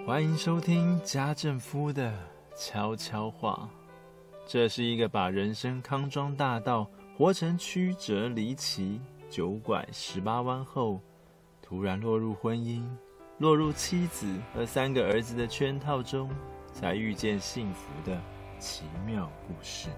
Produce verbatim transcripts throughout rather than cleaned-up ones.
欢迎收听家政夫的悄悄话。这是一个把人生康庄大道活成曲折离奇、九拐十八弯后，突然落入婚姻、落入妻子和三个儿子的圈套中，才遇见幸福的奇妙故事。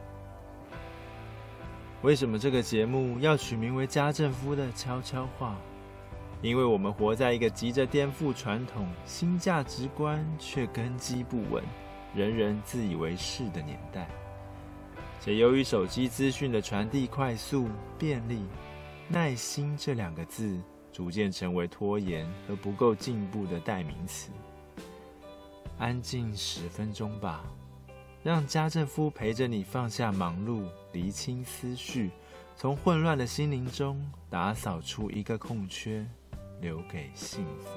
为什么这个节目要取名为家政夫的悄悄话？因为我们活在一个急着颠覆传统、新价值观却根基不稳、人人自以为是的年代。且由于手机资讯的传递快速、便利，耐心这两个字逐渐成为拖延和不够进步的代名词。安静十分钟吧，让家政夫陪着你放下忙碌，厘清思绪，从混乱的心灵中打扫出一个空缺，留给幸福。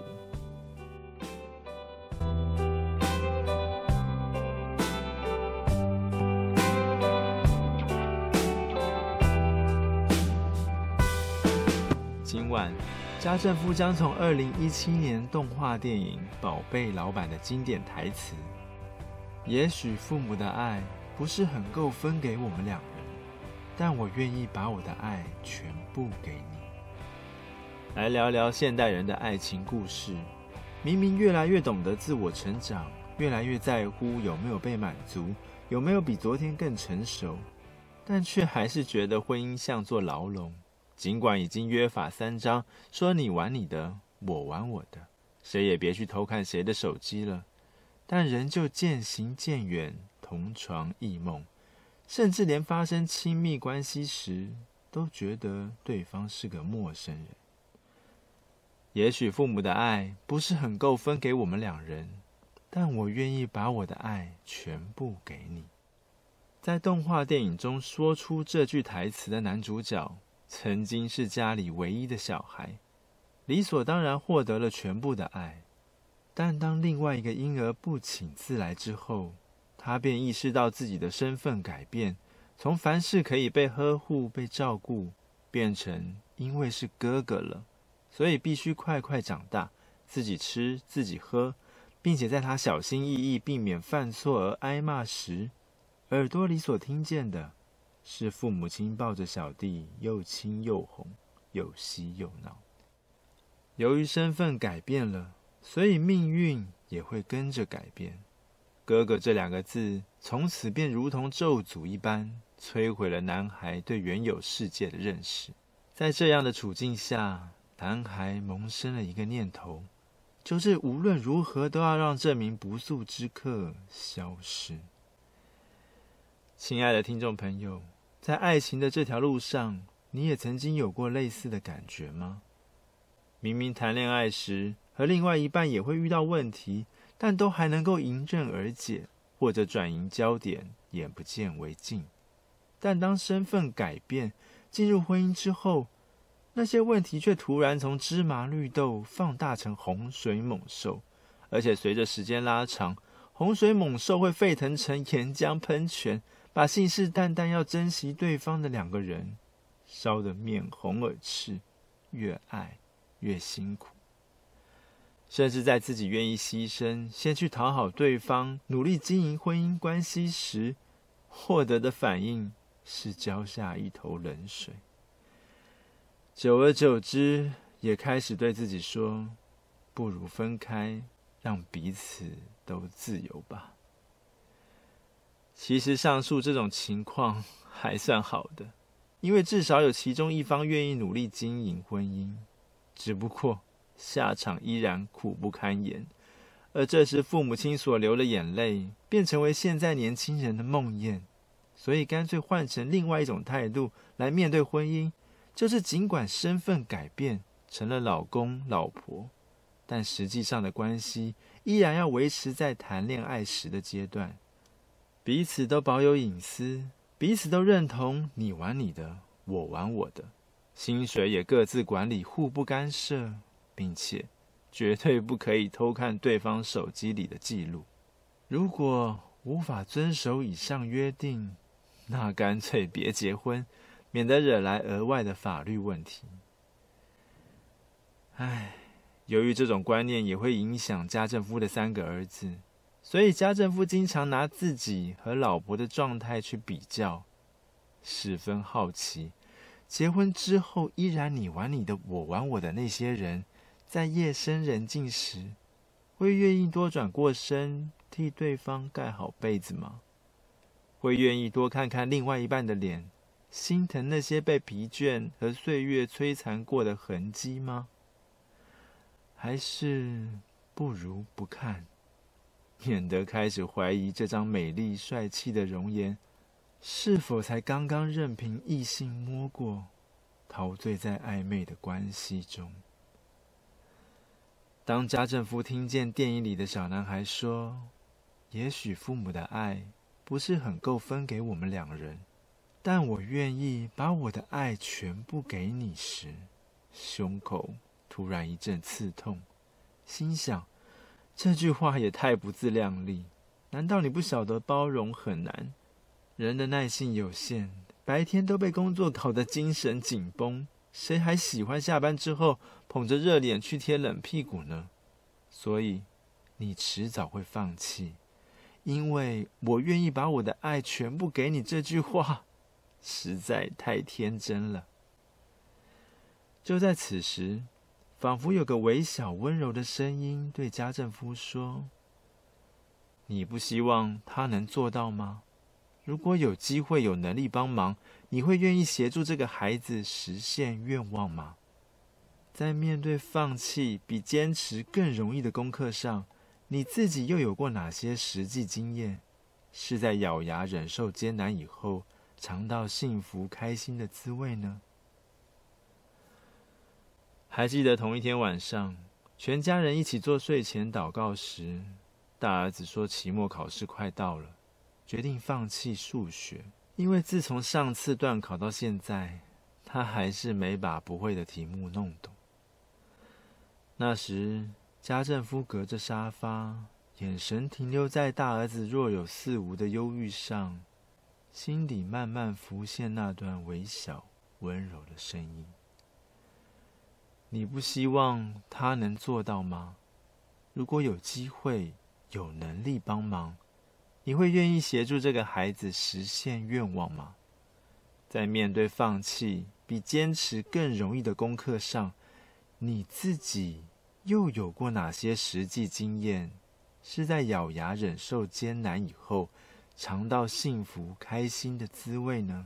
今晚，家政夫将从二零一七年动画电影《宝贝老板》的经典台词：“也许父母的爱不是很够分给我们两人，但我愿意把我的爱全部给你。”来聊聊现代人的爱情故事。明明越来越懂得自我成长，越来越在乎有没有被满足，有没有比昨天更成熟，但却还是觉得婚姻像座牢笼。尽管已经约法三章，说你玩你的，我玩我的，谁也别去偷看谁的手机了，但仍旧渐行渐远，同床异梦，甚至连发生亲密关系时，都觉得对方是个陌生人。也许父母的爱不是很够分给我们两人，但我愿意把我的爱全部给你。在动画电影中说出这句台词的男主角，曾经是家里唯一的小孩，理所当然获得了全部的爱。但当另外一个婴儿不请自来之后，他便意识到自己的身份改变，从凡事可以被呵护、被照顾，变成因为是哥哥了，所以必须快快长大，自己吃自己喝，并且在他小心翼翼避免犯错而挨骂时，耳朵里所听见的是父母亲抱着小弟又亲又哄，又嬉又闹。由于身份改变了，所以命运也会跟着改变。哥哥这两个字从此便如同咒诅一般，摧毁了男孩对原有世界的认识。在这样的处境下，男孩萌生了一个念头，就是无论如何都要让这名不速之客消失。亲爱的听众朋友，在爱情的这条路上，你也曾经有过类似的感觉吗？明明谈恋爱时和另外一半也会遇到问题，但都还能够迎刃而解，或者转移焦点，眼不见为净。但当身份改变，进入婚姻之后，那些问题却突然从芝麻绿豆放大成洪水猛兽，而且随着时间拉长，洪水猛兽会沸腾成岩浆喷泉，把信誓旦旦要珍惜对方的两个人烧得面红耳赤，越爱越辛苦。甚至在自己愿意牺牲，先去讨好对方，努力经营婚姻关系时，获得的反应是浇下一头冷水。久而久之，也开始对自己说，不如分开，让彼此都自由吧。其实上述这种情况还算好的，因为至少有其中一方愿意努力经营婚姻，只不过下场依然苦不堪言。而这时父母亲所流的眼泪，便成为现在年轻人的梦魇，所以干脆换成另外一种态度来面对婚姻，就是尽管身份改变，成了老公老婆，但实际上的关系依然要维持在谈恋爱时的阶段，彼此都保有隐私，彼此都认同你玩你的，我玩我的，薪水也各自管理，互不干涉，并且绝对不可以偷看对方手机里的记录。如果无法遵守以上约定，那干脆别结婚，免得惹来额外的法律问题。唉， 由于这种观念也会影响家政夫的三个儿子，所以家政夫经常拿自己和老婆的状态去比较，十分好奇，结婚之后依然你玩你的我玩我的那些人，在夜深人静时，会愿意多转过身替对方盖好被子吗？会愿意多看看另外一半的脸，心疼那些被疲倦和岁月摧残过的痕迹吗？还是不如不看，免得开始怀疑这张美丽帅气的容颜是否才刚刚任凭异性摸过，陶醉在暧昧的关系中。当家政夫听见电影里的小男孩说，也许父母的爱不是很够分给我们两人，但我愿意把我的爱全部给你时，胸口突然一阵刺痛，心想，这句话也太不自量力，难道你不晓得包容很难？人的耐性有限，白天都被工作搞得精神紧绷，谁还喜欢下班之后捧着热脸去贴冷屁股呢？所以你迟早会放弃，因为我愿意把我的爱全部给你这句话实在太天真了。就在此时，仿佛有个微小温柔的声音对家政夫说，你不希望他能做到吗？如果有机会有能力帮忙，你会愿意协助这个孩子实现愿望吗？在面对放弃比坚持更容易的功课上，你自己又有过哪些实际经验，是在咬牙忍受艰难以后尝到幸福开心的滋味呢？还记得同一天晚上，全家人一起做睡前祷告时，大儿子说期末考试快到了，决定放弃数学，因为自从上次段考到现在，他还是没把不会的题目弄懂。那时，家政夫隔着沙发，眼神停留在大儿子若有似无的忧郁上，心里慢慢浮现那段微小温柔的声音。你不希望他能做到吗？如果有机会、有能力帮忙，你会愿意协助这个孩子实现愿望吗？在面对放弃比坚持更容易的功课上，你自己又有过哪些实际经验，是在咬牙忍受艰难以后尝到幸福开心的滋味呢？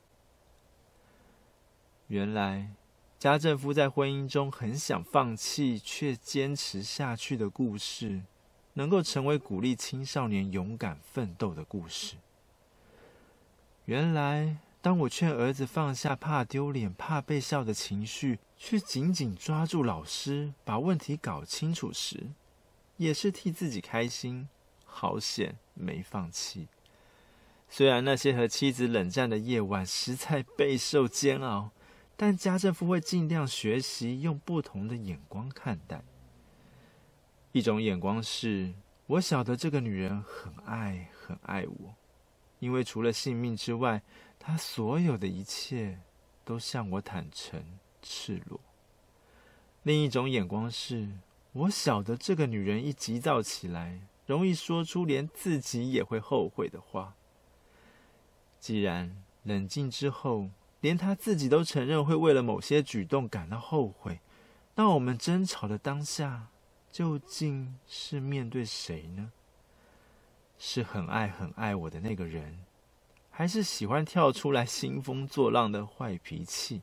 原来家政夫在婚姻中很想放弃却坚持下去的故事，能够成为鼓励青少年勇敢奋斗的故事。原来当我劝儿子放下怕丢脸怕被笑的情绪，去紧紧抓住老师把问题搞清楚时，也是替自己开心，好险没放弃。虽然那些和妻子冷战的夜晚实在备受煎熬，但家政夫会尽量学习用不同的眼光看待。一种眼光是，我晓得这个女人很爱很爱我，因为除了性命之外，她所有的一切都向我坦诚赤裸。另一种眼光是，我晓得这个女人一急躁起来，容易说出连自己也会后悔的话。既然冷静之后，连她自己都承认会为了某些举动感到后悔，那我们争吵的当下，究竟是面对谁呢？是很爱很爱我的那个人，还是喜欢跳出来兴风作浪的坏脾气？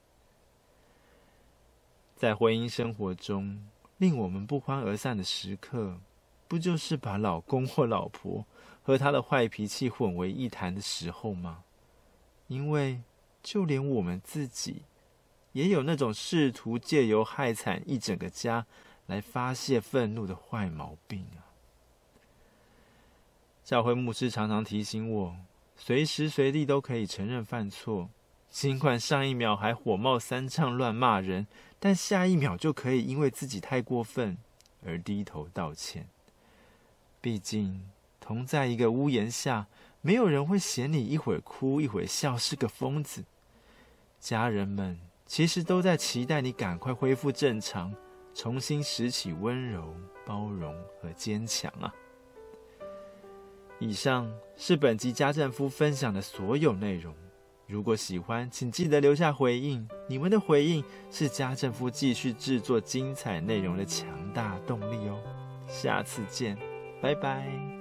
在婚姻生活中，令我们不欢而散的时刻，不就是把老公或老婆和他的坏脾气混为一谈的时候吗？因为就连我们自己，也有那种试图借由害惨一整个家来发泄愤怒的坏毛病啊。教会牧师常常提醒我，随时随地都可以承认犯错，尽管上一秒还火冒三丈乱骂人，但下一秒就可以因为自己太过分而低头道歉。毕竟同在一个屋檐下，没有人会嫌你一会儿哭一会儿笑是个疯子。家人们其实都在期待你赶快恢复正常， 重新拾起温柔、包容和坚强啊！以上是本集家政夫分享的所有内容。如果喜欢，请记得留下回应。你们的回应是家政夫继续制作精彩内容的强大动力哦。下次见，拜拜。